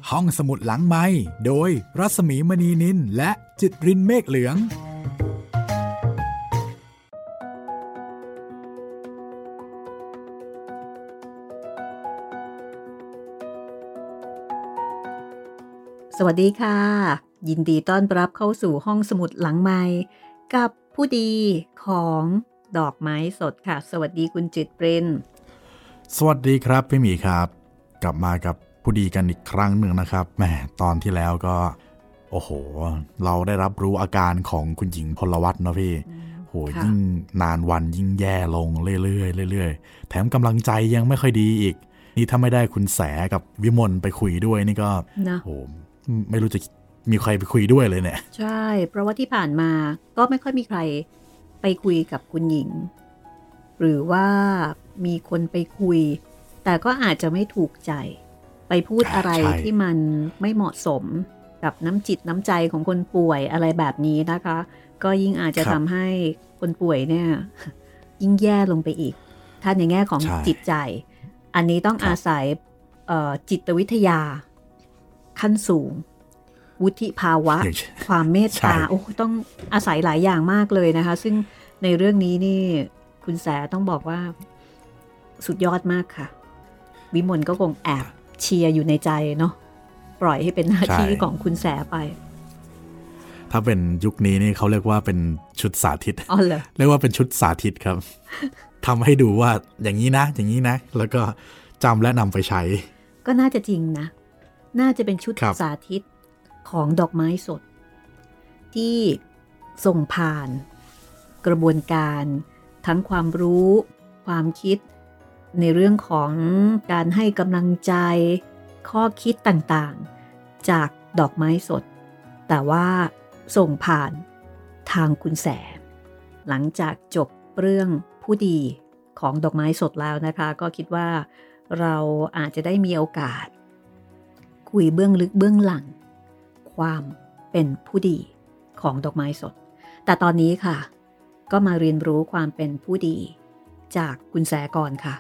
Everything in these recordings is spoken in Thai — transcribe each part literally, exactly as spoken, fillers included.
ห้องสมุดหลังไมค์โดยรัศมีมณีนินและจิตรินเมฆเหลืองสวัสดีค่ะยินดีต้อนรับเข้าสู่ห้องสมุดหลังไมค์กับผู้ดีของดอกไม้สดค่ะสวัสดีคุณจิตรินสวัสดีครับพี่หมีครับกลับมากับผู้ดีกันอีกครั้งหนึ่งนะครับแหมตอนที่แล้วก็โอ้โหเราได้รับรู้อาการของคุณหญิงพลวัตเนาะพี่โหยิ่งนานวันยิ่งแย่ลงเรื่อยๆเรื่อยๆแถมกำลังใจยังไม่ค่อยดีอีกนี่ถ้าไม่ได้คุณแสกับวิมลไปคุยด้วยนี่ก็โหไม่รู้จะมีใครไปคุยด้วยเลยเนี่ยใช่เพราะว่าที่ผ่านมาก็ไม่ค่อยมีใครไปคุยกับคุณหญิงหรือว่ามีคนไปคุยแต่ก็อาจจะไม่ถูกใจไปพูดอะไรที่มันไม่เหมาะสมกับน้ำจิตน้ำใจของคนป่วยอะไรแบบนี้นะคะก็ยิ่งอาจจะทำให้คนป่วยเนี่ยยิ่งแย่ลงไปอีกถ้าในแง่ของจิตใจอันนี้ต้องอาศัยจิตวิทยาขั้นสูงวุฒิภาวะความเมตตาโอ้ต้องอาศัยหลายอย่างมากเลยนะคะซึ่งในเรื่องนี้นี่คุณแสต้องบอกว่าสุดยอดมากค่ะวิมลก็คงแอบเชียร์อยู่ในใจเนาะปล่อยให้เป็นหน้าที่ของคุณแสไปถ้าเป็นยุคนี้นี่เขาเรียกว่าเป็นชุดสาธิตอ๋อเหรอเรียกว่าเป็นชุดสาธิตครับ ทำให้ดูว่าอย่างนี้นะอย่างนี้นะแล้วก็จำและนำไปใช้ก็น่าจะจริงนะน่าจะเป็นชุดสาธิตของดอกไม้สดที่ส่งผ่านกระบวนการทั้งความรู้ความคิดในเรื่องของการให้กำลังใจข้อคิดต่างๆจากดอกไม้สดแต่ว่าส่งผ่านทางคุณแสหลังจากจบเรื่องผู้ดีของดอกไม้สดแล้วนะคะก็คิดว่าเราอาจจะได้มีโอกาสคุยเบื้องลึกเบื้องหลังความเป็นผู้ดีของดอกไม้สดแต่ตอนนี้ค่ะก็มาเรียนรู้ความเป็นผู้ดีจากคุณแสก่อนค่ะ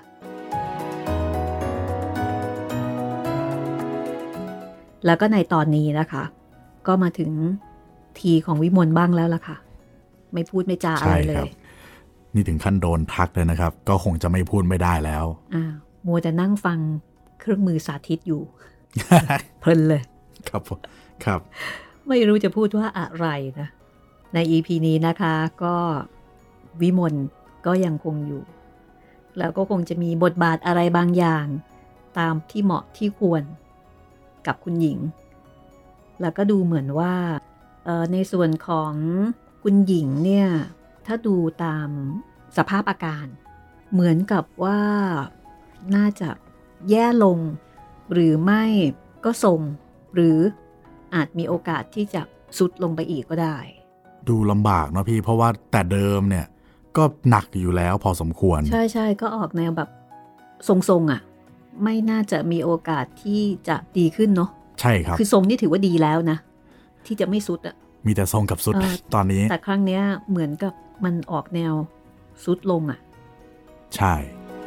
แล้วก็ในตอนนี้นะคะก็มาถึงทีของวิมลบ้างแล้วล่ะค่ะไม่พูดไม่จาอะไรเลยนี่ถึงขั้นโดนทักเลยนะครับก็คงจะไม่พูดไม่ได้แล้วอ่ามัวแต่นั่งฟังเครื่องมือสาธิตอยู่ เพลินเลยครับครับไม่รู้จะพูดว่าอะไรนะใน อี พี นี้นะคะก็วิมลก็ยังคงอยู่แล้วก็คงจะมีบทบาทอะไรบางอย่างตามที่เหมาะที่ควรกับคุณหญิงแล้วก็ดูเหมือนว่าในส่วนของคุณหญิงเนี่ยถ้าดูตามสภาพอาการเหมือนกับว่าน่าจะแย่ลงหรือไม่ก็ทรงหรืออาจมีโอกาสที่จะสุดลงไปอีกก็ได้ดูลำบากเนาะพี่เพราะว่าแต่เดิมเนี่ยก็หนักอยู่แล้วพอสมควรใช่ใช่ก็ออกแนวแบบทรงๆอ่ะไม่น่าจะมีโอกาสที่จะดีขึ้นเนาะใช่ครับคือทรงนี่ถือว่าดีแล้วนะที่จะไม่สุดอ่ะมีแต่ทรงกับสุดตอนนี้แต่ครั้งเนี้ยเหมือนกับมันออกแนวสุดลงอ่ะใช่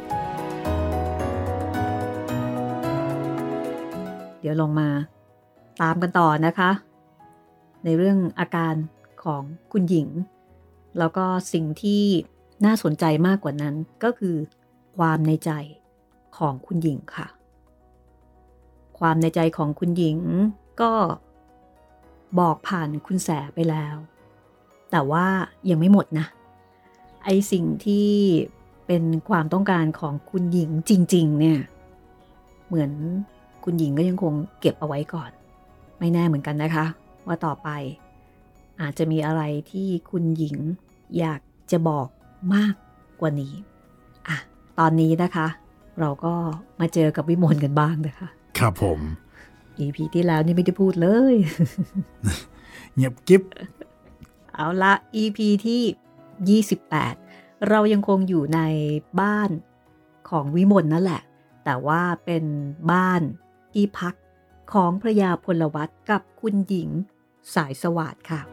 เดี๋ยวลองมาตามกันต่อนะคะในเรื่องอาการของคุณหญิงแล้วก็สิ่งที่น่าสนใจมากกว่านั้นก็คือความในใจของคุณหญิงค่ะความในใจของคุณหญิงก็บอกผ่านคุณแสไปแล้วแต่ว่ายังไม่หมดนะไอสิ่งที่เป็นความต้องการของคุณหญิงจริงๆเนี่ยเหมือนคุณหญิงก็ยังคงเก็บเอาไว้ก่อนไม่แน่เหมือนกันนะคะว่าต่อไปอาจจะมีอะไรที่คุณหญิงอยากจะบอกมากกว่านี้อ่ะตอนนี้นะคะเราก็มาเจอกับวิมลกันบ้างนะคะครับผมอี พี ที่แล้วนี่ไม่ได้พูดเลยเงียบกิ๊บเอาละ อี พี ที่ยี่สิบแปดเรายังคงอยู่ในบ้านของวิมลนั่นแหละแต่ว่าเป็นบ้านที่พักของพระยาพลวัตกับคุณหญิงสายสวัสดิ์ค่ะ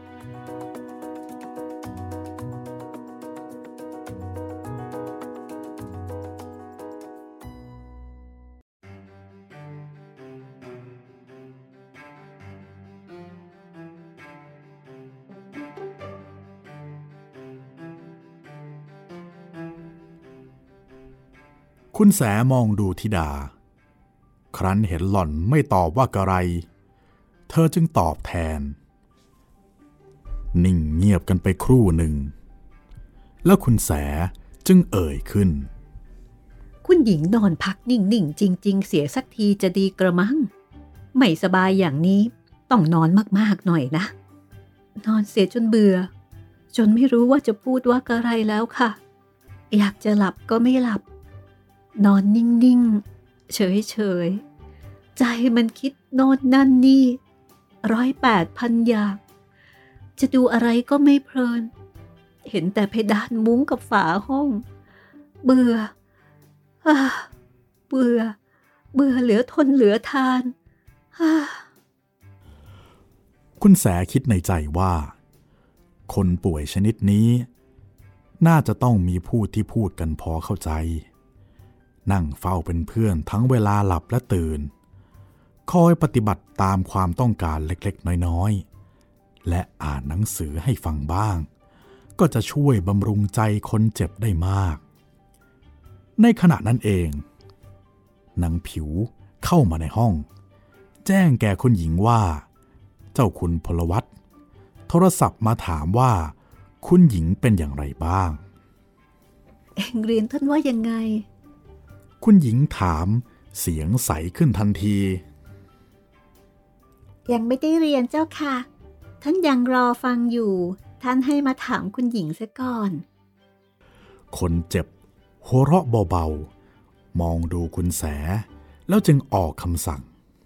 คุณแสมองดูธิดาครั้นเห็นหล่อนไม่ตอบว่ากระไรเธอจึงตอบแทนนิ่งเงียบกันไปครู่หนึ่งแล้วคุณแสจึงเอ่ยขึ้นคุณหญิงนอนพักนิ่งๆจริงๆเสียสักทีจะดีกระมังไม่สบายอย่างนี้ต้องนอนมากๆหน่อยนะนอนเสียจนเบื่อจนไม่รู้ว่าจะพูดว่าอะไรแล้วค่ะอยากจะหลับก็ไม่หลับนอนนิ่งๆเฉยๆใจมันคิดโน่นนั่นนี่ร้อยแปดพันอย่างจะดูอะไรก็ไม่เพลินเห็นแต่เพดานมุ้งกับฝาห้องเบื่ออ่าเบื่อเบื่อเหลือทนเหลือทานอ่าคุณแสคิดในใจว่าคนป่วยชนิดนี้น่าจะต้องมีผู้ที่พูดกันพอเข้าใจนั่งเฝ้าเป็นเพื่อนทั้งเวลาหลับและตื่นคอยปฏิบัติตามความต้องการเล็กๆน้อยๆและอ่านหนังสือให้ฟังบ้างก็จะช่วยบำรุงใจคนเจ็บได้มากในขณะนั้นเองนางผิวเข้ามาในห้องแจ้งแก่คุณหญิงว่าเจ้าคุณพลวัตโทรศัพท์มาถามว่าคุณหญิงเป็นอย่างไรบ้างเอ็งเรียนท่านว่ายังไงคุณหญิงถามเสียงใสขึ้นทันทียังไม่ได้เรียนเจ้าค่ะท่านยังรอฟังอยู่ท่านให้มาถามคุณหญิงซะก่อนคนเจ็บหัวเราะเบาๆมองดูคุณแสแล้วจึงออกคำสั่ง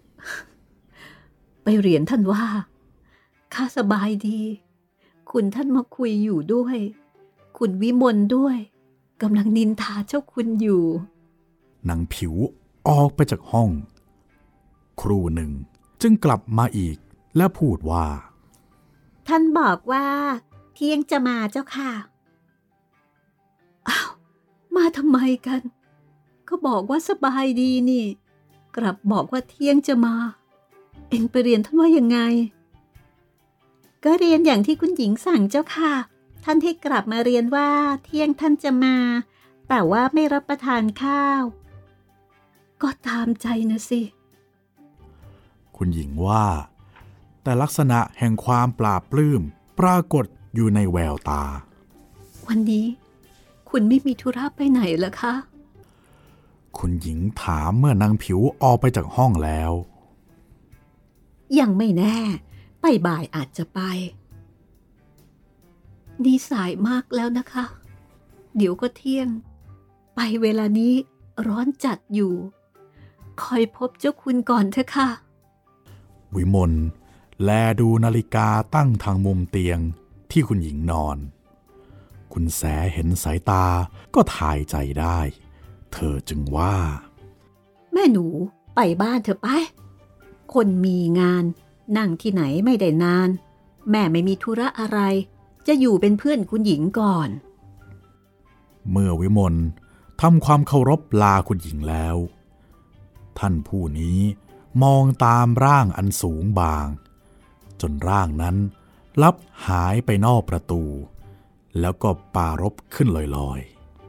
ไปเรียนท่านว่าข้าสบายดีคุณท่านมาคุยอยู่ด้วยคุณวิมลด้วยกำลังนินทาเจ้าคุณอยู่นางผิวออกไปจากห้องครู่หนึ่งจึงกลับมาอีกและพูดว่าท่านบอกว่าเที่ยงจะมาเจ้าค่ะอ้าวมาทำไมกันก็บอกว่าสบายดีนี่กลับบอกว่าเที่ยงจะมาเอ็งไปเรียนท่านว่ายังไงก็เรียนอย่างที่คุณหญิงสั่งเจ้าค่ะท่านให้กลับมาเรียนว่าเที่ยงท่านจะมาแต่ว่าไม่รับประทานข้าวก็ตามใจนะสิคุณหญิงว่าแต่ลักษณะแห่งความปลาบปลื้มปรากฏอยู่ในแววตาวันนี้คุณไม่มีธุระไปไหนเหรอคะคุณหญิงถามเมื่อนางผิวออกไปจากห้องแล้วยังไม่แน่ไปบ่ายอาจจะไปนี่สายมากแล้วนะคะเดี๋ยวก็เที่ยงไปเวลานี้ร้อนจัดอยู่คอยพบเจ้าคุณก่อนเถอะค่ะวิมลแลดูนาฬิกาตั้งทางมุมเตียงที่คุณหญิงนอนคุณแสเห็นสายตาก็ถ่ายใจได้เธอจึงว่าแม่หนูไปบ้านเถอะไปคนมีงานนั่งที่ไหนไม่ได้นานแม่ไม่มีธุระอะไรจะอยู่เป็นเพื่อนคุณหญิงก่อนเมื่อวิมลทำความเคารพลาคุณหญิงแล้วท่านผู้นี้มองตามร่างอันสูงบางจนร่างนั้นลับหายไปนอกประตูแล้วก็ปารภขึ้นลอย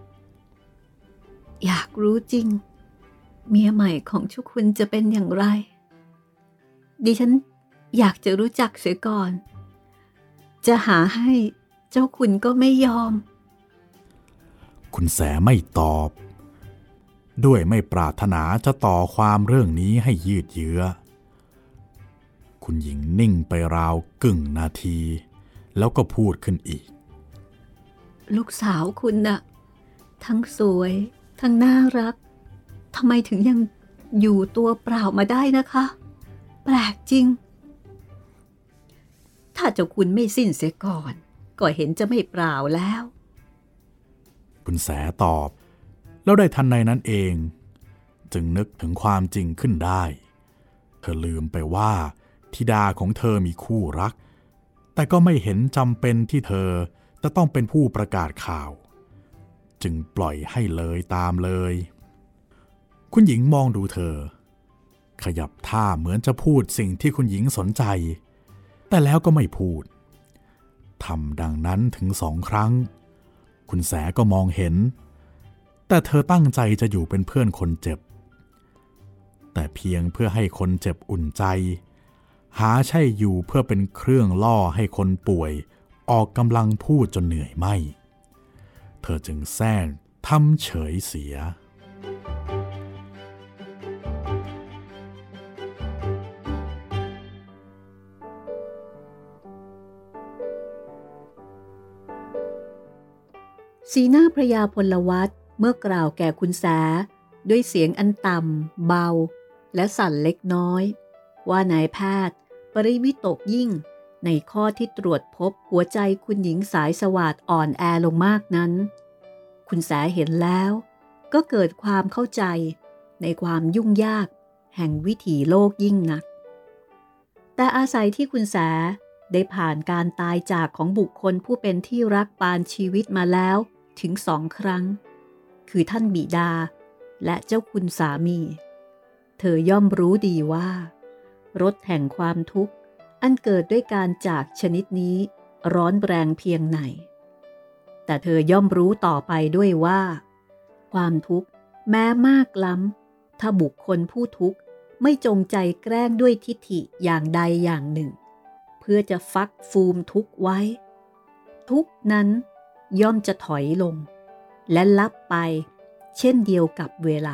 ๆอยากรู้จริงเมียใหม่ของเจ้าคุณจะเป็นอย่างไรดิฉันอยากจะรู้จักเสียก่อนจะหาให้เจ้าคุณก็ไม่ยอมคุณแสไม่ตอบด้วยไม่ปรารถนาจะต่อความเรื่องนี้ให้ยืดเยื้อคุณหญิงนิ่งไปราวกึ่งนาทีแล้วก็พูดขึ้นอีกลูกสาวคุณน่ะทั้งสวยทั้งน่ารักทำไมถึงยังอยู่ตัวเปล่ามาได้นะคะแปลกจริงถ้าเจ้าคุณไม่สิ้นเสียก่อนก็เห็นจะไม่เปล่าแล้วคุณแสตอบแล้วได้ทันในนั้นเองจึงนึกถึงความจริงขึ้นได้เธอลืมไปว่าธิดาของเธอมีคู่รักแต่ก็ไม่เห็นจำเป็นที่เธอจะต้องเป็นผู้ประกาศข่าวจึงปล่อยให้เลยตามเลยคุณหญิงมองดูเธอขยับท่าเหมือนจะพูดสิ่งที่คุณหญิงสนใจแต่แล้วก็ไม่พูดทำดังนั้นถึงสองครั้งคุณแสก็มองเห็นแต่เธอตั้งใจจะอยู่เป็นเพื่อนคนเจ็บแต่เพียงเพื่อให้คนเจ็บอุ่นใจหาใช่อยู่เพื่อเป็นเครื่องล่อให้คนป่วยออกกำลังพูดจนเหนื่อยไม่เธอจึงแซงทำเฉยเสียสีหน้าพระยาพลวัตเมื่อกล่าวแก่คุณแสด้วยเสียงอันต่ำเบาและสั่นเล็กน้อยว่านายแพทย์ปริวิตกยิ่งในข้อที่ตรวจพบหัวใจคุณหญิงสายสวาทอ่อนแอลงมากนั้นคุณแสเห็นแล้วก็เกิดความเข้าใจในความยุ่งยากแห่งวิถีโลกยิ่งนักแต่อาศัยที่คุณแสได้ผ่านการตายจากของบุคคลผู้เป็นที่รักปานชีวิตมาแล้วถึงสองครั้งคือท่านบิดาและเจ้าคุณสามีเธอย่อมรู้ดีว่ารสแห่งความทุกข์อันเกิดด้วยการจากชนิดนี้ร้อนแรงเพียงไหนแต่เธอย่อมรู้ต่อไปด้วยว่าความทุกข์แม้มากล้ำถ้าบุคคลผู้ทุกข์ไม่จงใจแกล้งด้วยทิฐิอย่างใดอย่างหนึ่งเพื่อจะฟักฟูมทุกข์ไว้ทุกข์นั้นย่อมจะถอยลงและลับไปเช่นเดียวกับเวลา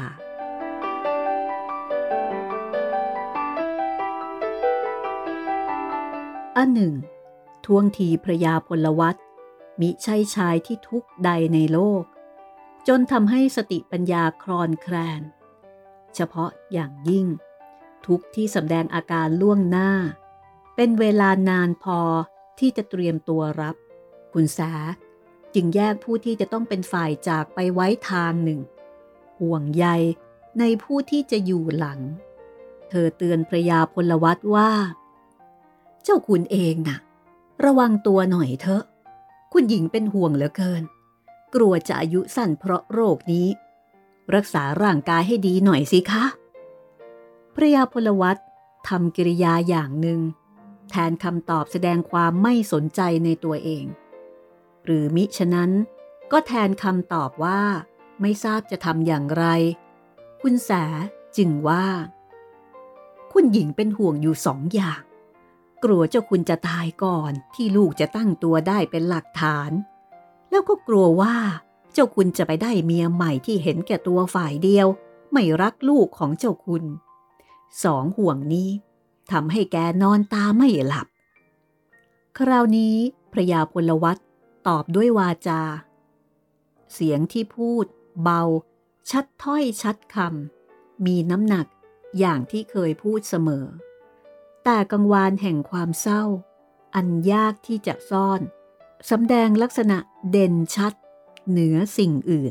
อันหนึ่งท่วงทีพระยาพลวัตมิใช่ชายที่ทุกข์ใดในโลกจนทำให้สติปัญญาคลอนแคลนเฉพาะอย่างยิ่งทุกข์ที่แสดงอาการล่วงหน้าเป็นเวลานานพอที่จะเตรียมตัวรับคุณแสจึงแยกผู้ที่จะต้องเป็นฝ่ายจากไปไว้ทางหนึ่งห่วงใยในผู้ที่จะอยู่หลังเธอเตือนพระยาพลวัตว่าเจ้าคุณเองน่ะระวังตัวหน่อยเถอะคุณหญิงเป็นห่วงเหลือเกินกลัวจะอายุสั้นเพราะโรคนี้รักษาร่างกายให้ดีหน่อยสิคะพระยาพลวัตทำกิริยาอย่างหนึ่งแทนคำตอบแสดงความไม่สนใจในตัวเองหรือมิฉะนั้นก็แทนคำตอบว่าไม่ทราบจะทำอย่างไรคุณแสจึงว่าคุณหญิงเป็นห่วงอยู่สองอย่างกลัวเจ้าคุณจะตายก่อนที่ลูกจะตั้งตัวได้เป็นหลักฐานแล้วก็กลัวว่าเจ้าคุณจะไปได้เมียใหม่ที่เห็นแก่ตัวฝ่ายเดียวไม่รักลูกของเจ้าคุณสองห่วงนี้ทำให้แกนอนตาไม่หลับคราวนี้พระยาพลวัตตอบด้วยวาจาเสียงที่พูดเบาชัดถ้อยชัดคำมีน้ำหนักอย่างที่เคยพูดเสมอแต่กังวานแห่งความเศร้าอันยากที่จะซ่อนสำแดงลักษณะเด่นชัดเหนือสิ่งอื่น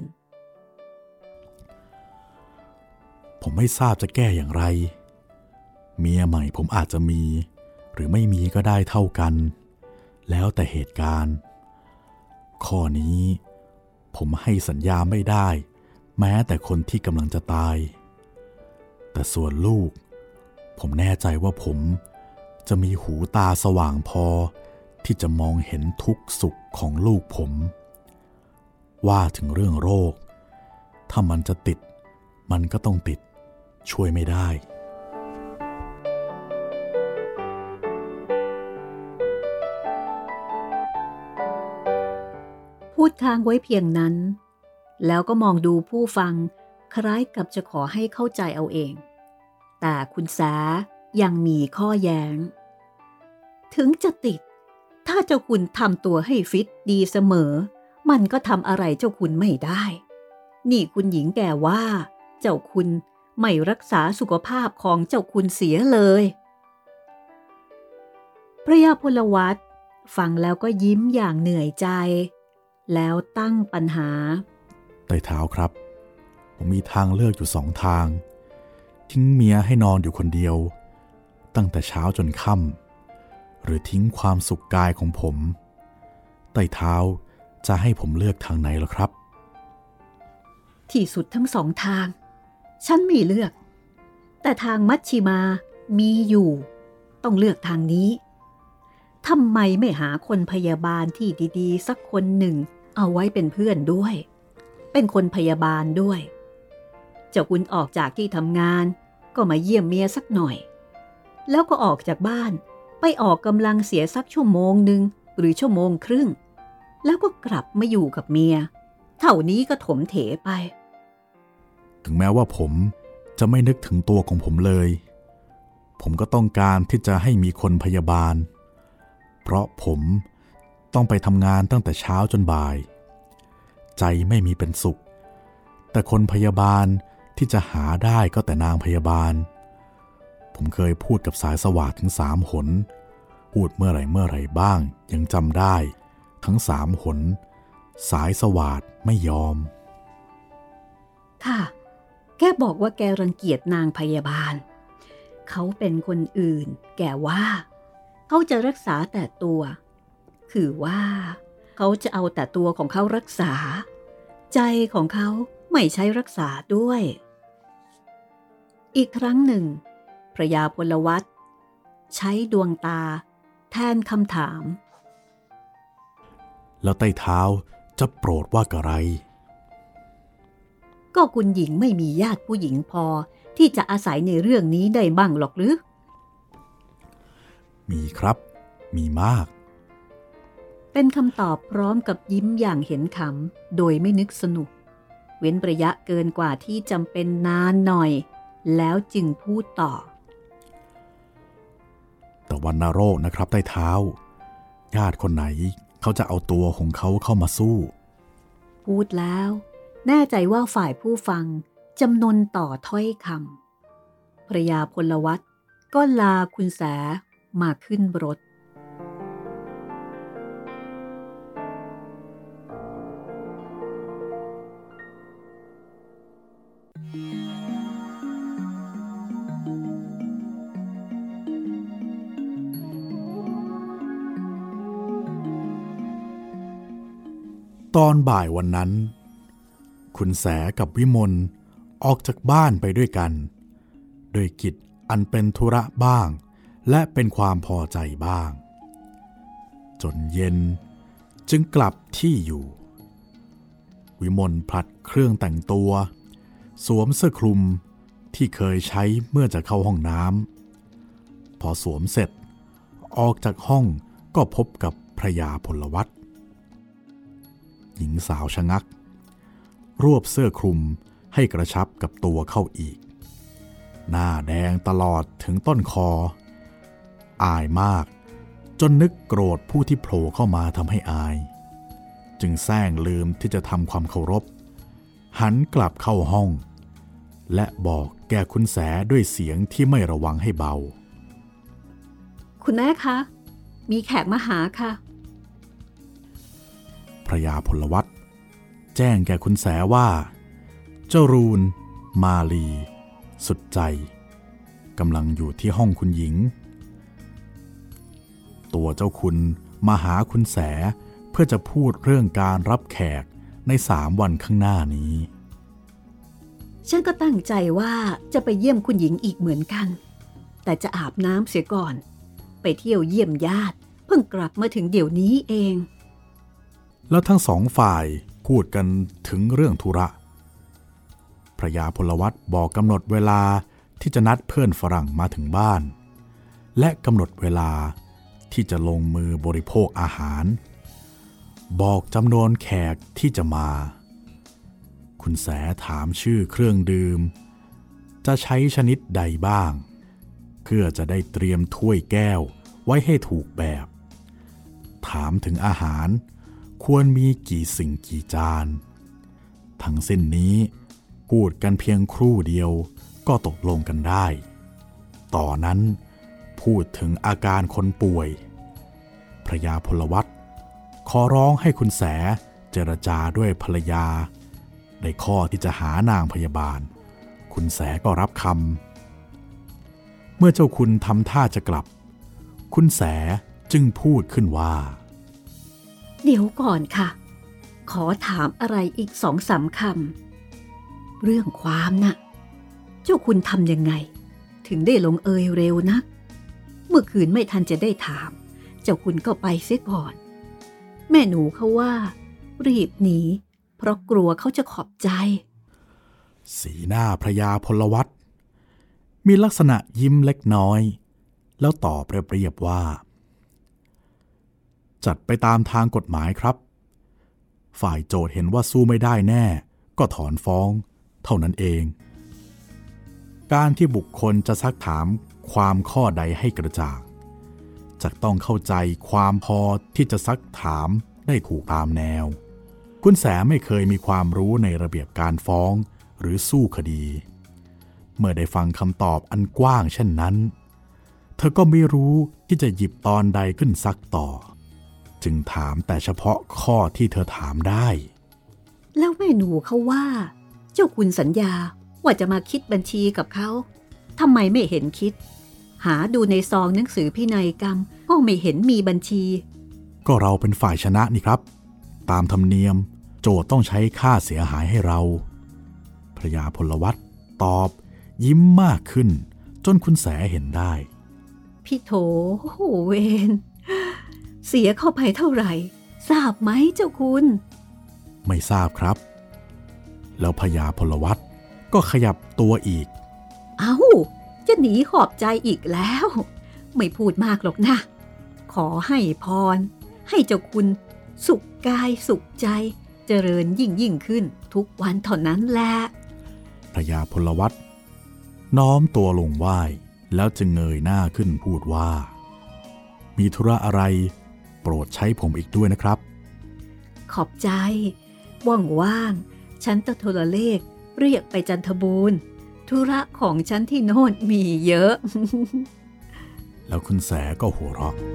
ผมไม่ทราบจะแก้อย่างไรเมียใหม่ผมอาจจะมีหรือไม่มีก็ได้เท่ากันแล้วแต่เหตุการณ์ข้อนี้ผมให้สัญญาไม่ได้แม้แต่คนที่กำลังจะตายแต่ส่วนลูกผมแน่ใจว่าผมจะมีหูตาสว่างพอที่จะมองเห็นทุกสุขของลูกผมว่าถึงเรื่องโรคถ้ามันจะติดมันก็ต้องติดช่วยไม่ได้พูดค้างไว้เพียงนั้นแล้วก็มองดูผู้ฟังคล้ายกับจะขอให้เข้าใจเอาเองแต่คุณแสยังมีข้อแย้งถึงจะติดถ้าเจ้าคุณทำตัวให้ฟิตดีเสมอมันก็ทำอะไรเจ้าคุณไม่ได้นี่คุณหญิงแก่ว่าเจ้าคุณไม่รักษาสุขภาพของเจ้าคุณเสียเลยพระยาพลวัตฟังแล้วก็ยิ้มอย่างเหนื่อยใจแล้วตั้งปัญหาไต่เท้าครับผมมีทางเลือกอยู่สองทางทิ้งเมียให้นอนอยู่คนเดียวตั้งแต่เช้าจนค่ำหรือทิ้งความสุขกายของผมไต่เท้าจะให้ผมเลือกทางไหนล่ะครับที่สุดทั้งสองทางฉันไม่เลือกแต่ทางมัชชิมามีอยู่ต้องเลือกทางนี้ทำไมไม่หาคนพยาบาลที่ดีๆสักคนหนึ่งเอาไว้เป็นเพื่อนด้วยเป็นคนพยาบาลด้วยเจ้าคุณออกจากที่ทำงานก็มาเยี่ยมเมียสักหน่อยแล้วก็ออกจากบ้านไปออกกำลังเสียสักชั่วโมงหนึ่งหรือชั่วโมงครึ่งแล้วก็กลับมาอยู่กับเมียเท่านี้ก็ถมเถไปถึงแม้ว่าผมจะไม่นึกถึงตัวของผมเลยผมก็ต้องการที่จะให้มีคนพยาบาลเพราะผมต้องไปทำงานตั้งแต่เช้าจนบ่ายใจไม่มีเป็นสุขแต่คนพยาบาลที่จะหาได้ก็แต่นางพยาบาลผมเคยพูดกับสายสวาทถึงสามหนพูดเมื่อไหร่เมื่อไหร่บ้างยังจำได้ทั้งสามหนสายสวาทไม่ยอมค่ะแกบอกว่าแกรังเกียจนางพยาบาลเขาเป็นคนอื่นแกว่าเขาจะรักษาแต่ตัวคือว่าเขาจะเอาแต่ตัวของเขารักษาใจของเขาไม่ใช้รักษาด้วยอีกครั้งหนึ่งพระยาพลวัตใช้ดวงตาแทนคำถามแล้วใต้เท้าจะโปรดว่ากะไรก็คุณหญิงไม่มีญาติผู้หญิงพอที่จะอาศัยในเรื่องนี้ได้บ้างหรอกหรือมีครับมีมากเป็นคำตอบพร้อมกับยิ้มอย่างเห็นขำโดยไม่นึกสนุกเว้นระยะเกินกว่าที่จำเป็นนานหน่อยแล้วจึงพูดต่อแต่วันนโรคนะครับใต้เท้าญาติคนไหนเขาจะเอาตัวของเขาเข้ามาสู้พูดแล้วแน่ใจว่าฝ่ายผู้ฟังจำนนต่อถ้อยคำพระยาพลวัตก็ลาคุณแสมาขึ้นรถตอนบ่ายวันนั้นคุณแสกับวิมลออกจากบ้านไปด้วยกันโดยกิจอันเป็นธุระบ้างและเป็นความพอใจบ้างจนเย็นจึงกลับที่อยู่วิมลผลัดเครื่องแต่งตัวสวมเสื้อคลุมที่เคยใช้เมื่อจะเข้าห้องน้ำพอสวมเสร็จออกจากห้องก็พบกับพระยาพลวัตหญิงสาวชะงักรวบเสื้อคลุมให้กระชับกับตัวเข้าอีกหน้าแดงตลอดถึงต้นคออายมากจนนึกโกรธผู้ที่โผล่เข้ามาทำให้อายจึงแซงลืมที่จะทำความเคารพหันกลับเข้าห้องและบอกแก่คุณแสด้วยเสียงที่ไม่ระวังให้เบาคุณแม่คะมีแขกมาหาค่ะพระยาพลวัตแจ้งแก่คุณแสว่าเจ้ารูนมาลีสุดใจกำลังอยู่ที่ห้องคุณหญิงตัวเจ้าคุณมาหาคุณแสเพื่อจะพูดเรื่องการรับแขกในสามวันข้างหน้านี้ฉันก็ตั้งใจว่าจะไปเยี่ยมคุณหญิงอีกเหมือนกันแต่จะอาบน้ำเสียก่อนไปเที่ยวเยี่ยมญาติเพิ่งกลับมาถึงเดี๋ยวนี้เองแล้วทั้งสองฝ่ายพูดกันถึงเรื่องธุระพระยาพลวัตบอกกำหนดเวลาที่จะนัดเพื่อนฝรั่งมาถึงบ้านและกำหนดเวลาที่จะลงมือบริโภคอาหารบอกจำนวนแขกที่จะมาคุณแสถามชื่อเครื่องดื่มจะใช้ชนิดใดบ้างเพื่อจะได้เตรียมถ้วยแก้วไว้ให้ถูกแบบถามถึงอาหารควรมีกี่สิ่งกี่จานทั้งสิ้นนี้พูดกันเพียงครู่เดียวก็ตกลงกันได้ต่อนั้นพูดถึงอาการคนป่วยพระยาพลวัตขอร้องให้คุณแสเจรจาด้วยภรรยาในข้อที่จะหานางพยาบาลคุณแสก็รับคำเมื่อเจ้าคุณทำท่าจะกลับคุณแสจึงพูดขึ้นว่าเดี๋ยวก่อนค่ะขอถามอะไรอีกสองสามคำเรื่องความน่ะเจ้าคุณทำยังไงถึงได้ลงเอยเร็วนักเมื่อคืนไม่ทันจะได้ถามเจ้าคุณก็ไปเสียก่อนแม่หนูเขาว่ารีบหนีเพราะกลัวเขาจะขอบใจสีหน้าพระยาพลวัตมีลักษณะยิ้มเล็กน้อยแล้วตอบเรียบๆว่าจัดไปตามทางกฎหมายครับฝ่ายโจทย์เห็นว่าสู้ไม่ได้แน่ก็ถอนฟ้องเท่านั้นเองการที่บุคคลจะซักถามความข้อใดให้กระจ่างจะต้องเข้าใจความพอที่จะซักถามได้ถูกตามแนวคุณแสไม่เคยมีความรู้ในระเบียบการฟ้องหรือสู้คดีเมื่อได้ฟังคำตอบอันกว้างเช่นนั้นเธอก็ไม่รู้ที่จะหยิบตอนใดขึ้นซักต่อจึงถามแต่เฉพาะข้อที่เธอถามได้แล้วแม่หนูเขาว่าเจ้าคุณสัญญาว่าจะมาคิดบัญชีกับเขาทำไมไม่เห็นคิดหาดูในซองหนังสือพินัยกรรมก็ไม่เห็นมีบัญชีก็เราเป็นฝ่ายชนะนี่ครับตามธรรมเนียมโจทย์ต้องใช้ค่าเสียหายให้เราพระยาพลวัตตอบยิ้มมากขึ้นจนคุณแสเห็นได้พี่โถโหเวนเสียเข้าไปเท่าไหร่ทราบไหมเจ้าคุณไม่ทราบครับแล้วพญาพลวัตก็ขยับตัวอีกเอ้าจะหนีขอบใจอีกแล้วไม่พูดมากหรอกนะขอให้พรให้เจ้าคุณสุขกายสุขใจเจริญยิ่งยิ่งขึ้นทุกวันเท่านั้นแหละพญาพลวัตน้อมตัวลงไหว้แล้วจึงเงยหน้าขึ้นพูดว่ามีธุระอะไรโปรดใช้ผมอีกด้วยนะครับขอบใจว่างๆฉันจะโทรเลขเรียกไปจันทบูรณ์ธุระของฉันที่โน่นมีเยอะแล้วคุณแสก็หัวเราะ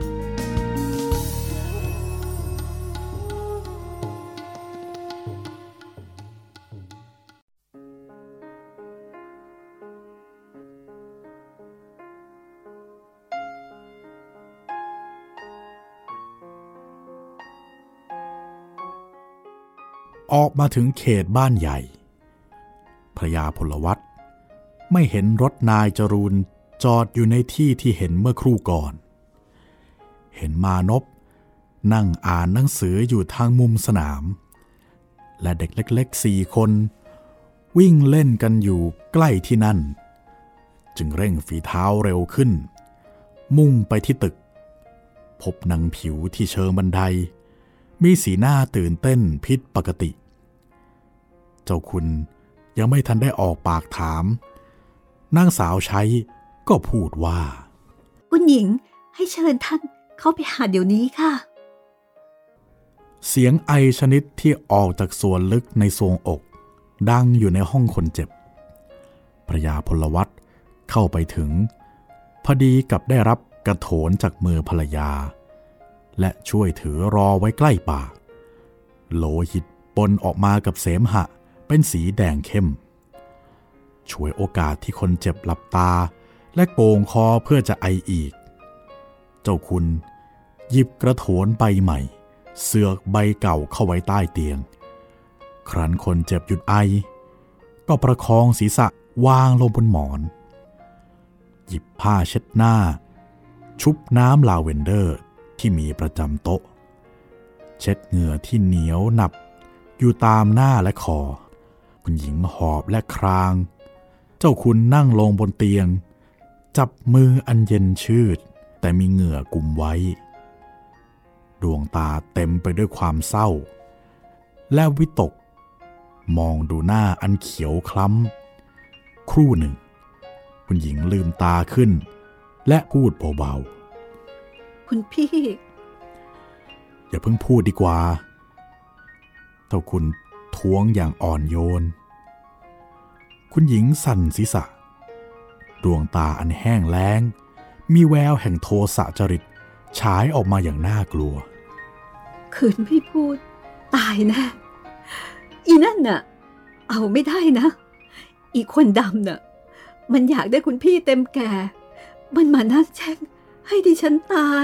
ออกมาถึงเขตบ้านใหญ่พระยาพลวัตไม่เห็นรถนายจรูนจอดอยู่ในที่ที่เห็นเมื่อครู่ก่อนเห็นมานพนั่งอ่านหนังสืออยู่ทางมุมสนามและเด็กเล็กๆสี่คนวิ่งเล่นกันอยู่ใกล้ที่นั่นจึงเร่งฝีเท้าเร็วขึ้นมุ่งไปที่ตึกพบนางผิวที่เชิงบันไดมีสีหน้าตื่นเต้นผิดปกติเจ้าคุณยังไม่ทันได้ออกปากถามนางสาวใช้ก็พูดว่าคุณหญิงให้เชิญท่านเข้าไปหาเดี๋ยวนี้ค่ะเสียงไอชนิดที่ออกจากส่วนลึกในทรวงอกดังอยู่ในห้องคนเจ็บพระยาพลวัตเข้าไปถึงพอดีกับได้รับกระโถนจากมือภรรยาและช่วยถือรอไว้ใกล้ปากโลหิตปนออกมากับเสมหะเป็นสีแดงเข้มช่วยโอกาสที่คนเจ็บหลับตาและโกงคอเพื่อจะไออีกเจ้าคุณหยิบกระโถนใบใหม่เสือกใบเก่าเข้าไว้ใต้เตียงครั้นคนเจ็บหยุดไอก็ประคองศีรษะวางลงบนหมอนหยิบผ้าเช็ดหน้าชุบน้ำลาเวนเดอร์ที่มีประจำโต๊ะเช็ดเหงื่อที่เหนียวหนับอยู่ตามหน้าและคอคุณหญิงหอบและครางเจ้าคุณนั่งลงบนเตียงจับมืออันเย็นชืดแต่มีเหงื่อกุมไว้ดวงตาเต็มไปด้วยความเศร้าและวิตกมองดูหน้าอันเขียวคล้ำครู่หนึ่งคุณหญิงลืมตาขึ้นและพูดเบาๆคุณพี่อย่าเพิ่งพูดดีกว่าเจ้าคุณท้วงอย่างอ่อนโยนคุณหญิงสั่นศีรษะดวงตาอันแห้งแล้งมีแววแห่งโทสะจริตฉายออกมาอย่างน่ากลัวคืนไม่พูดตายแน่อีนั่นน่ะเอาไม่ได้นะอีคนดำน่ะมันอยากได้คุณพี่เต็มแก่มันมานั่งแช่งให้ดิฉันตาย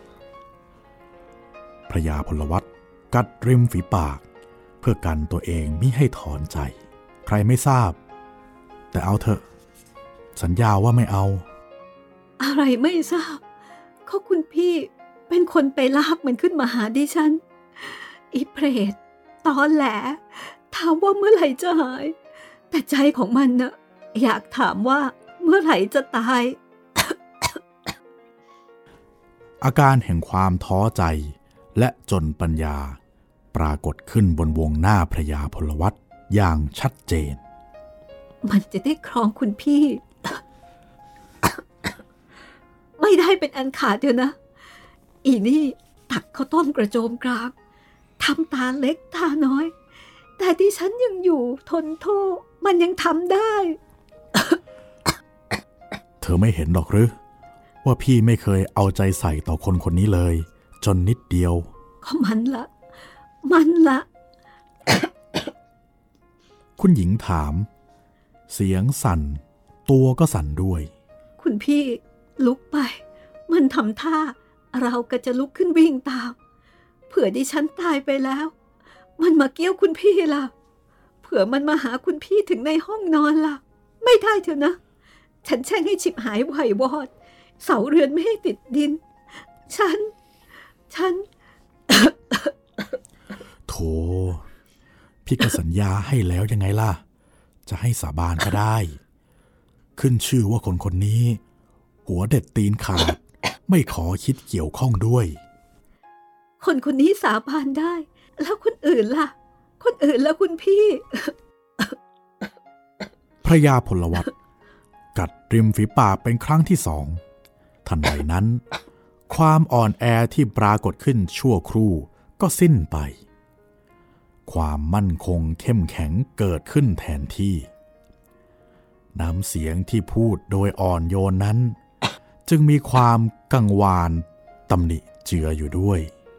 พระยาพลวัตกัดริมฝีปากเพื่อกันตัวเองมิให้ถอนใจใครไม่ทราบแต่เอาเถอะสัญญาว่าไม่เอาอะไรไม่ทราบเขาคุณพี่เป็นคนไปลากมันขึ้นมาหาดิฉันอีเปรตตอแหลถามว่าเมื่อไหร่จะหายแต่ใจของมันน่ะอยากถามว่าเมื่อไหร่จะตายอาการแห่งความท้อใจและจนปัญญาปรากฏขึ้นบนวงหน้าพระยาพลวัตอย่างชัดเจนมันจะได้ครองคุณพี่ ไม่ได้เป็นอันขาดเดียวนะอีนี่ตักข้าวต้มกระโจมกรามทำตาเล็กตาน้อยแต่ที่ฉันยังอยู่ทนโทษมันยังทำได้เธอไม่เห็นหรอกหรือว่าพี่ไม่เคยเอาใจใส่ต่อคนคนนี้เลยจนนิดเดียวก็มันละมันละคุณหญิงถามเสียงสั่นตัวก็สั่นด้วยคุณพี่ลุกไปมันทำท่าเราก็จะลุกขึ้นวิ่งตามเผื่อดิฉันตายไปแล้วมันมาเกี้ยวคุณพี่ล่ะเผื่อมันมาหาคุณพี่ถึงในห้องนอนล่ะไม่ได้เถอะนะฉันแช่งให้ฉิบหายไหววอดเสาเรือนไม่ให้ติดดินฉันฉันโธ่พี่ก็สัญญาให้แล้วยังไงล่ะจะให้สาบานก็ได้ขึ้นชื่อว่าคนคนนี้หัวเด็ดตีนขาด ไม่ขอคิดเกี่ยวข้องด้วยคนคนนี้สาบานได้แล้วคนอื่นล่ะคนอื่นแล้วคุณพี่พระยาพลวัตกัดริมฝีปากเป็นครั้งที่สองทันใดนั้นความอ่อนแอที่ปรากฏขึ้นชั่วครู่ก็สิ้นไปความมั่นคงเข้มแข็งเกิดขึ้นแทนที่น้ำเสียงที่พูดโดยอ่อนโยนนั้นจึงมีความกังวานตำหนิเจืออยู่ด้วย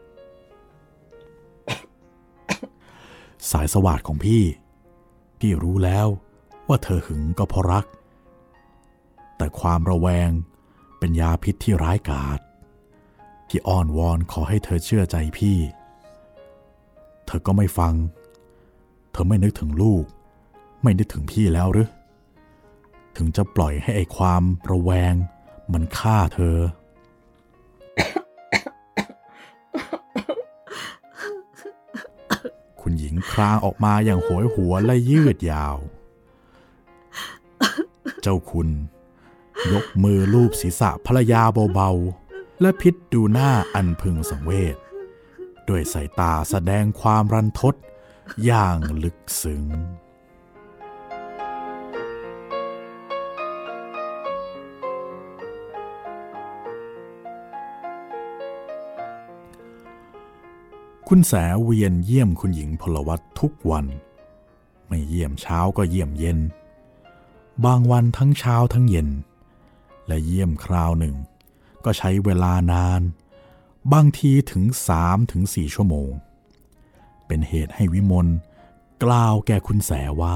สายสวาทของพี่พี่รู้แล้วว่าเธอหึงก็เพราะรักแต่ความระแวงเป็นยาพิษที่ร้ายกาจที่อ้อนวอนขอให้เธอเชื่อใจพี่เธอก็ไม่ฟังเธอไม่นึกถึงลูกไม่นึกถึงพี่แล้วหรือถึงจะปล่อยให้ไอ้ความระแวงมันฆ่าเธอ คุณหญิงครางออกมาอย่างโหยหวนและยืดยาวเจ้าคุณยกมือลูบศีรษะภรรยาเบาๆและพิจดูหน้าอันพึงสังเวชด้วยสายตาแสดงความรันทดอย่างลึกซึ้งคุณแสเวียนเยี่ยมคุณหญิงพลวัตทุกวันไม่เยี่ยมเช้าก็เยี่ยมเย็นบางวันทั้งเช้าทั้งเย็นและเยี่ยมคราวหนึ่งก็ใช้เวลานานบางทีถึง สามถึงสี่ ชั่วโมงเป็นเหตุให้วิมลกล่าวแก่คุณแสว่า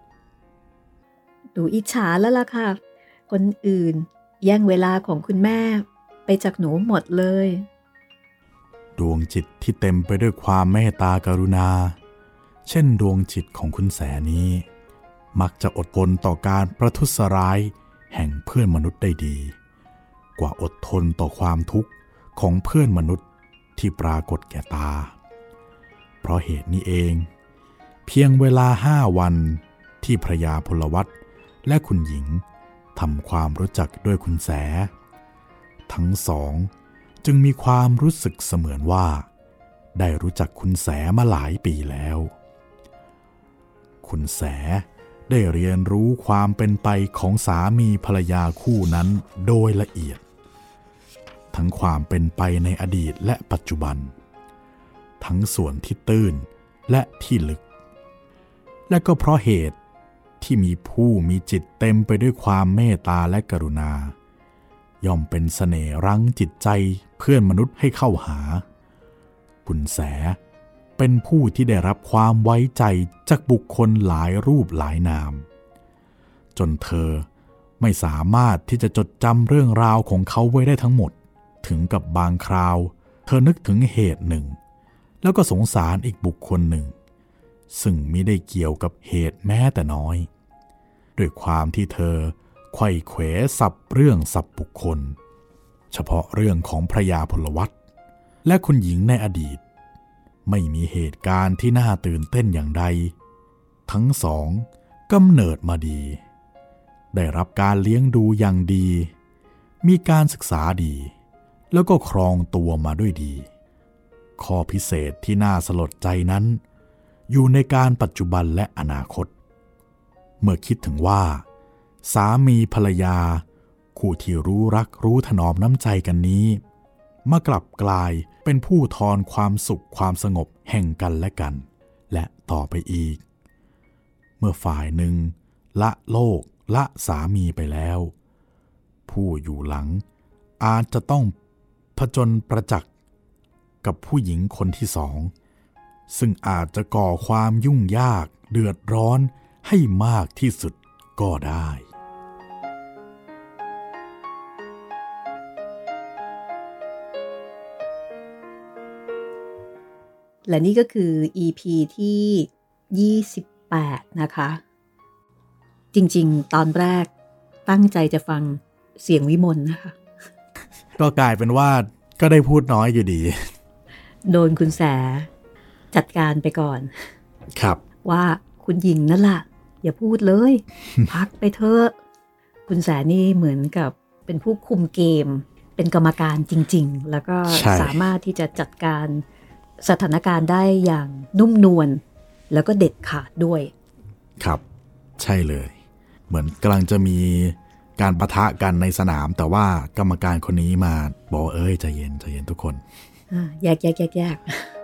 ดูอิจฉาแล้วล่ะค่ะคนอื่นแย่งเวลาของคุณแม่ไปจากหนูหมดเลยดวงจิตที่เต็มไปด้วยความเมตตากรุณาเช่นดวงจิตของคุณแสนี้มักจะอดทนต่อการประทุษร้ายแห่งเพื่อนมนุษย์ได้ดีกว่าอดทนต่อความทุกข์ของเพื่อนมนุษย์ที่ปรากฏแก่ตาเพราะเหตุนี้เองเพียงเวลาห้าวันที่พระยาพลวัตและคุณหญิงทำความรู้จักด้วยคุณแสทั้งสองจึงมีความรู้สึกเสมือนว่าได้รู้จักคุณแสมาหลายปีแล้วคุณแสได้เรียนรู้ความเป็นไปของสามีภรรยาคู่นั้นโดยละเอียดทั้งความเป็นไปในอดีตและปัจจุบันทั้งส่วนที่ตื้นและที่ลึกและก็เพราะเหตุที่มีผู้มีจิตเต็มไปด้วยความเมตตาและกรุณาย่อมเป็นเสน่ห์รั้งจิตใจเพื่อนมนุษย์ให้เข้าหาคุณแสเป็นผู้ที่ได้รับความไว้ใจจากบุคคลหลายรูปหลายนามจนเธอไม่สามารถที่จะจดจำเรื่องราวของเขาไว้ได้ทั้งหมดถึงกับบางคราวเธอนึกถึงเหตุหนึ่งแล้วก็สงสารอีกบุคคลหนึ่งซึ่งมิได้เกี่ยวกับเหตุแม้แต่น้อยด้วยความที่เธอไขว้เขวสับเรื่องสับบุคคลเฉพาะเรื่องของพระยาพลวัตและคุณหญิงในอดีตไม่มีเหตุการณ์ที่น่าตื่นเต้นอย่างใดทั้งสองกำเนิดมาดีได้รับการเลี้ยงดูอย่างดีมีการศึกษาดีแล้วก็ครองตัวมาด้วยดีข้อพิเศษที่น่าสลดใจนั้นอยู่ในการปัจจุบันและอนาคตเมื่อคิดถึงว่าสามีภรรยาคู่ที่รู้รักรู้ถนอมน้ำใจกันนี้มากลับกลายเป็นผู้ทอนความสุขความสงบแห่งกันและกันและต่อไปอีกเมื่อฝ่ายหนึ่งละโลกละสามีไปแล้วผู้อยู่หลังอาจจะต้องผจญประจักษ์กับผู้หญิงคนที่สองซึ่งอาจจะก่อความยุ่งยากเดือดร้อนให้มากที่สุดก็ได้และนี่ก็คือ อี พี ที่ยี่สิบแปดนะคะจริงๆตอนแรกตั้งใจจะฟังเสียงวิมลนะคะก็กลายเป็นว่าก็ได้พูดน้อยอยู่ดีโดนคุณแสจัดการไปก่อนครับว่าคุณหญิงนั่นแหละอย่าพูดเลย พักไปเถอะคุณแสนี่เหมือนกับเป็นผู้คุมเกมเป็นกรรมการจริงๆแล้วก็สามารถที่จะจัดการสถานการณ์ได้อย่างนุ่มนวลแล้วก็เด็ดขาดด้วยครับใช่เลยเหมือนกำลังจะมีการปะทะกันในสนามแต่ว่ากรรมการคนนี้มาบอกเอ้ยใจเย็นใจเย็นทุกคนแยกแยกแยกแยก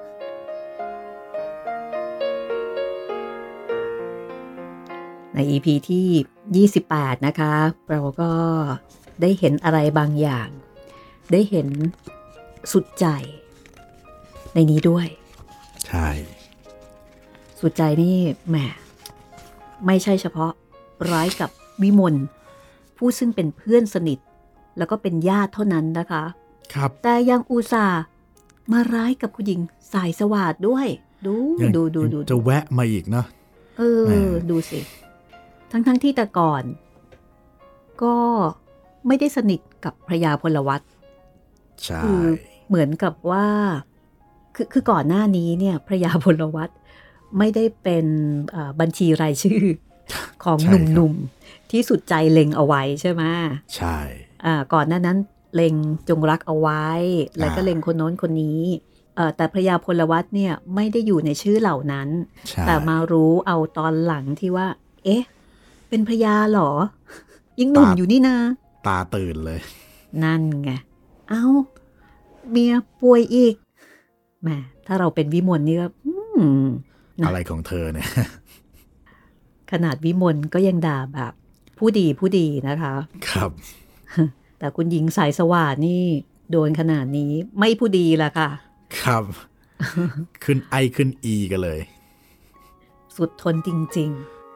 ใน อี พี ที่ยี่สิบแปดนะคะเราก็ได้เห็นอะไรบางอย่างได้เห็นสุดใจในนี้ด้วยใช่สุดใจนี่แหมไม่ใช่เฉพาะร้ายกับวิมลผู้ซึ่งเป็นเพื่อนสนิทแล้วก็เป็นญาติเท่านั้นนะคะครับแต่ยังอุตส่าห์มาร้ายกับคุณหญิงสายสวาทด้วยดูดูดูดูจะแวะมาอีกนะเออดูสิทั้งทั้งที่แต่ก่อนก็ไม่ได้สนิทกับพระยาพลวัตใช่คือเหมือนกับว่าคือคือก่อนหน้านี้เนี่ยพระยาพลวัตไม่ได้เป็นบัญชีรายชื่อของหนุ่มๆที่สุดใจเล็งเอาไว้ใช่ไหมใช่ก่อนหน้านั้นเล็งจงรักเอาไว้แล้วก็เล็งคนโน้นคนนี้แต่พระยาพลวัตเนี่ยไม่ได้อยู่ในชื่อเหล่านั้นแต่มารู้เอาตอนหลังที่ว่าเอ๊ะเป็นพระยาเหรอยังหนุ่มอยู่นี่นะตาตื่นเลยนั่นไงเอ้าเมียป่วยอีกแหมถ้าเราเป็นวิมลนี่ก็อะไรของเธอเนี่ยขนาดวิมลก็ยังด่าแบบผู้ดีผู้ดีนะคะครับแต่คุณหญิงสายสว่านนี่โดนขนาดนี้ไม่ผู้ดีละค่ะครับ ขึ้นไอขึ้นอีกันเลยสุดทนจริง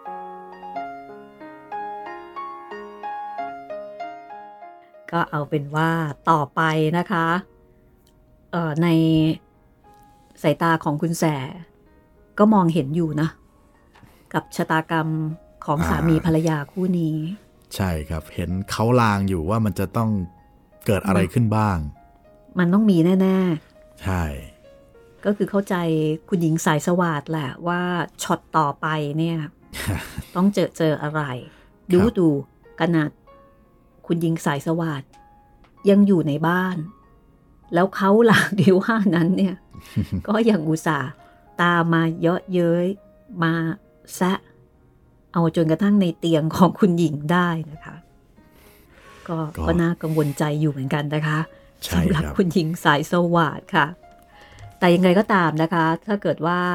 ๆก็เอาเป็นว่าต่อไปนะคะเอ่อในสายตาของคุณแสก็มองเห็นอยู่นะกับชะตากรรมของสามีภรรยาคู่นี้ใช่ครับเห็นเขาลางอยู่ว่ามันจะต้องเกิดอะไรขึ้นบ้างมันต้องมีแน่ๆใช่ก็คือเข้าใจคุณหญิงสายสวาทแหละว่าช็อตต่อไปเนี่ย ต้องเจอเจออะไรดูดูขนาดคุณหญิงสายสวาทยังอยู่ในบ้านแล้วเขาหลังดิว่านั้นเนี่ย ก็ยังอุตส่าห์ตามมาเยอะเย้ยมาแซะเอาจนกระทั่งในเตียงของคุณหญิงได้นะคะก็ก็น่ากังวลใจอยู่เหมือนกันนะคะสำหรับคุณหญิงสายสวาทค่ะแต่ยังไงก็ตามนะคะถ้าเกิดว่า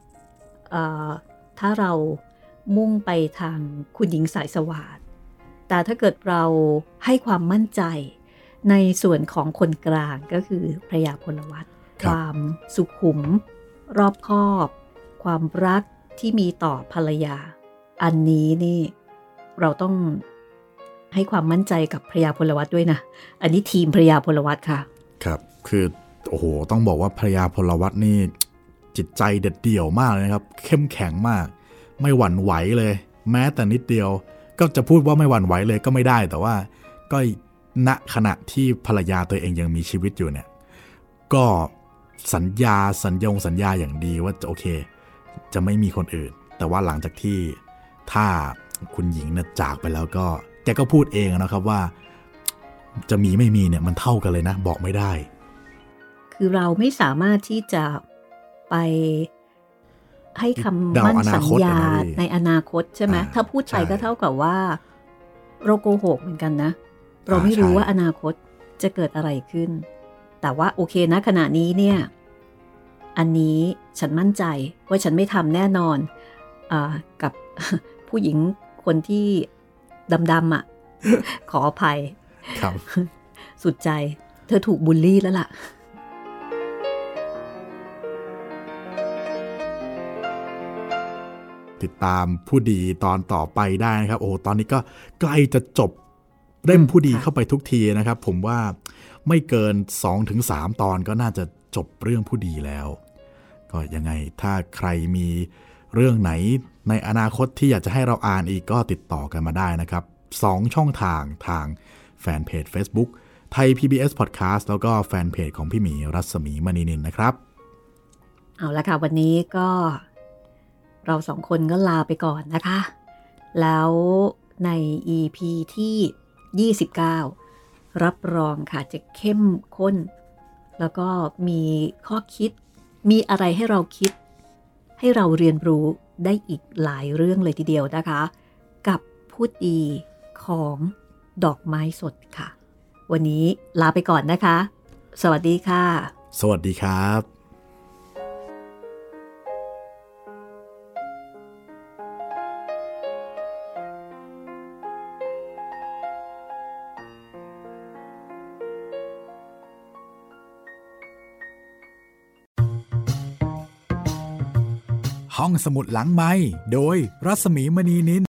ถ้าเรามุ่งไปทางคุณหญิงสายสวาทแต่ถ้าเกิดเราให้ความมั่นใจในส่วนของคนกลางก็คือพระยาพลวัตความสุขุมรอบคอบความรักที่มีต่อภรรยาอันนี้นี่เราต้องให้ความมั่นใจกับพระยาพลวัตด้วยนะอันนี้ทีมพระยาพลวัตค่ะครับคือโอ้โหต้องบอกว่าพระยาพลวัตนี่จิตใจเด็ดเดี่ยวมากเลยครับเข้มแข็งมากไม่หวั่นไหวเลยแม้แต่นิดเดียวก็จะพูดว่าไม่หวั่นไหวเลยก็ไม่ได้แต่ว่าก็ณขณะที่ภรรยาตัวเองยังมีชีวิตอยู่เนี่ยก็สัญญาสัญญงสัญญาอย่างดีว่าโอเคจะไม่มีคนอื่นแต่ว่าหลังจากที่ถ้าคุณหญิงเนี่ยจากไปแล้วก็แกก็พูดเองนะครับว่าจะมีไม่มีเนี่ยมันเท่ากันเลยนะบอกไม่ได้คือเราไม่สามารถที่จะไปให้คำมั่นสัญญาในอนาคตใช่ไหมถ้าพูดไปก็เท่ากับว่าเราโกหกเหมือนกันนะเราไม่รู้ว่าอนาคตจะเกิดอะไรขึ้นแต่ว่าโอเคนะขณะนี้เนี่ยอันนี้ฉันมั่นใจว่าฉันไม่ทำแน่นอนอ่ากับผู้หญิงคนที่ดำๆอ่ะ ขออภัยครับสุดใจเธอถูกบูลลี่แล้วล่ะติดตามผู้ดีตอนต่อไปได้นะครับโอ้ตอนนี้ก็ใกล้จะจบเล่มผู้ดีเข้าไปทุกทีนะครับผมว่าไม่เกิน สองถึงสาม ตอนก็น่าจะจบเรื่องผู้ดีแล้วก็ยังไงถ้าใครมีเรื่องไหนในอนาคตที่อยากจะให้เราอ่านอีกก็ติดต่อกันมาได้นะครับสองช่องทางทางแฟนเพจ Facebook ไทย พี บี เอส Podcast แล้วก็แฟนเพจของพี่หมีรัศมีมณีนินนะครับเอาละค่ะวันนี้ก็เราสองคนก็ลาไปก่อนนะคะแล้วใน อี พี ที่ยี่สิบเก้ารับรองค่ะจะเข้มข้นแล้วก็มีข้อคิดมีอะไรให้เราคิดให้เราเรียนรู้ได้อีกหลายเรื่องเลยทีเดียวนะคะกับผู้ดีของดอกไม้สดค่ะวันนี้ลาไปก่อนนะคะสวัสดีค่ะสวัสดีครับห้องสมุดหลังไมค์โดยรัศมีมณีนิน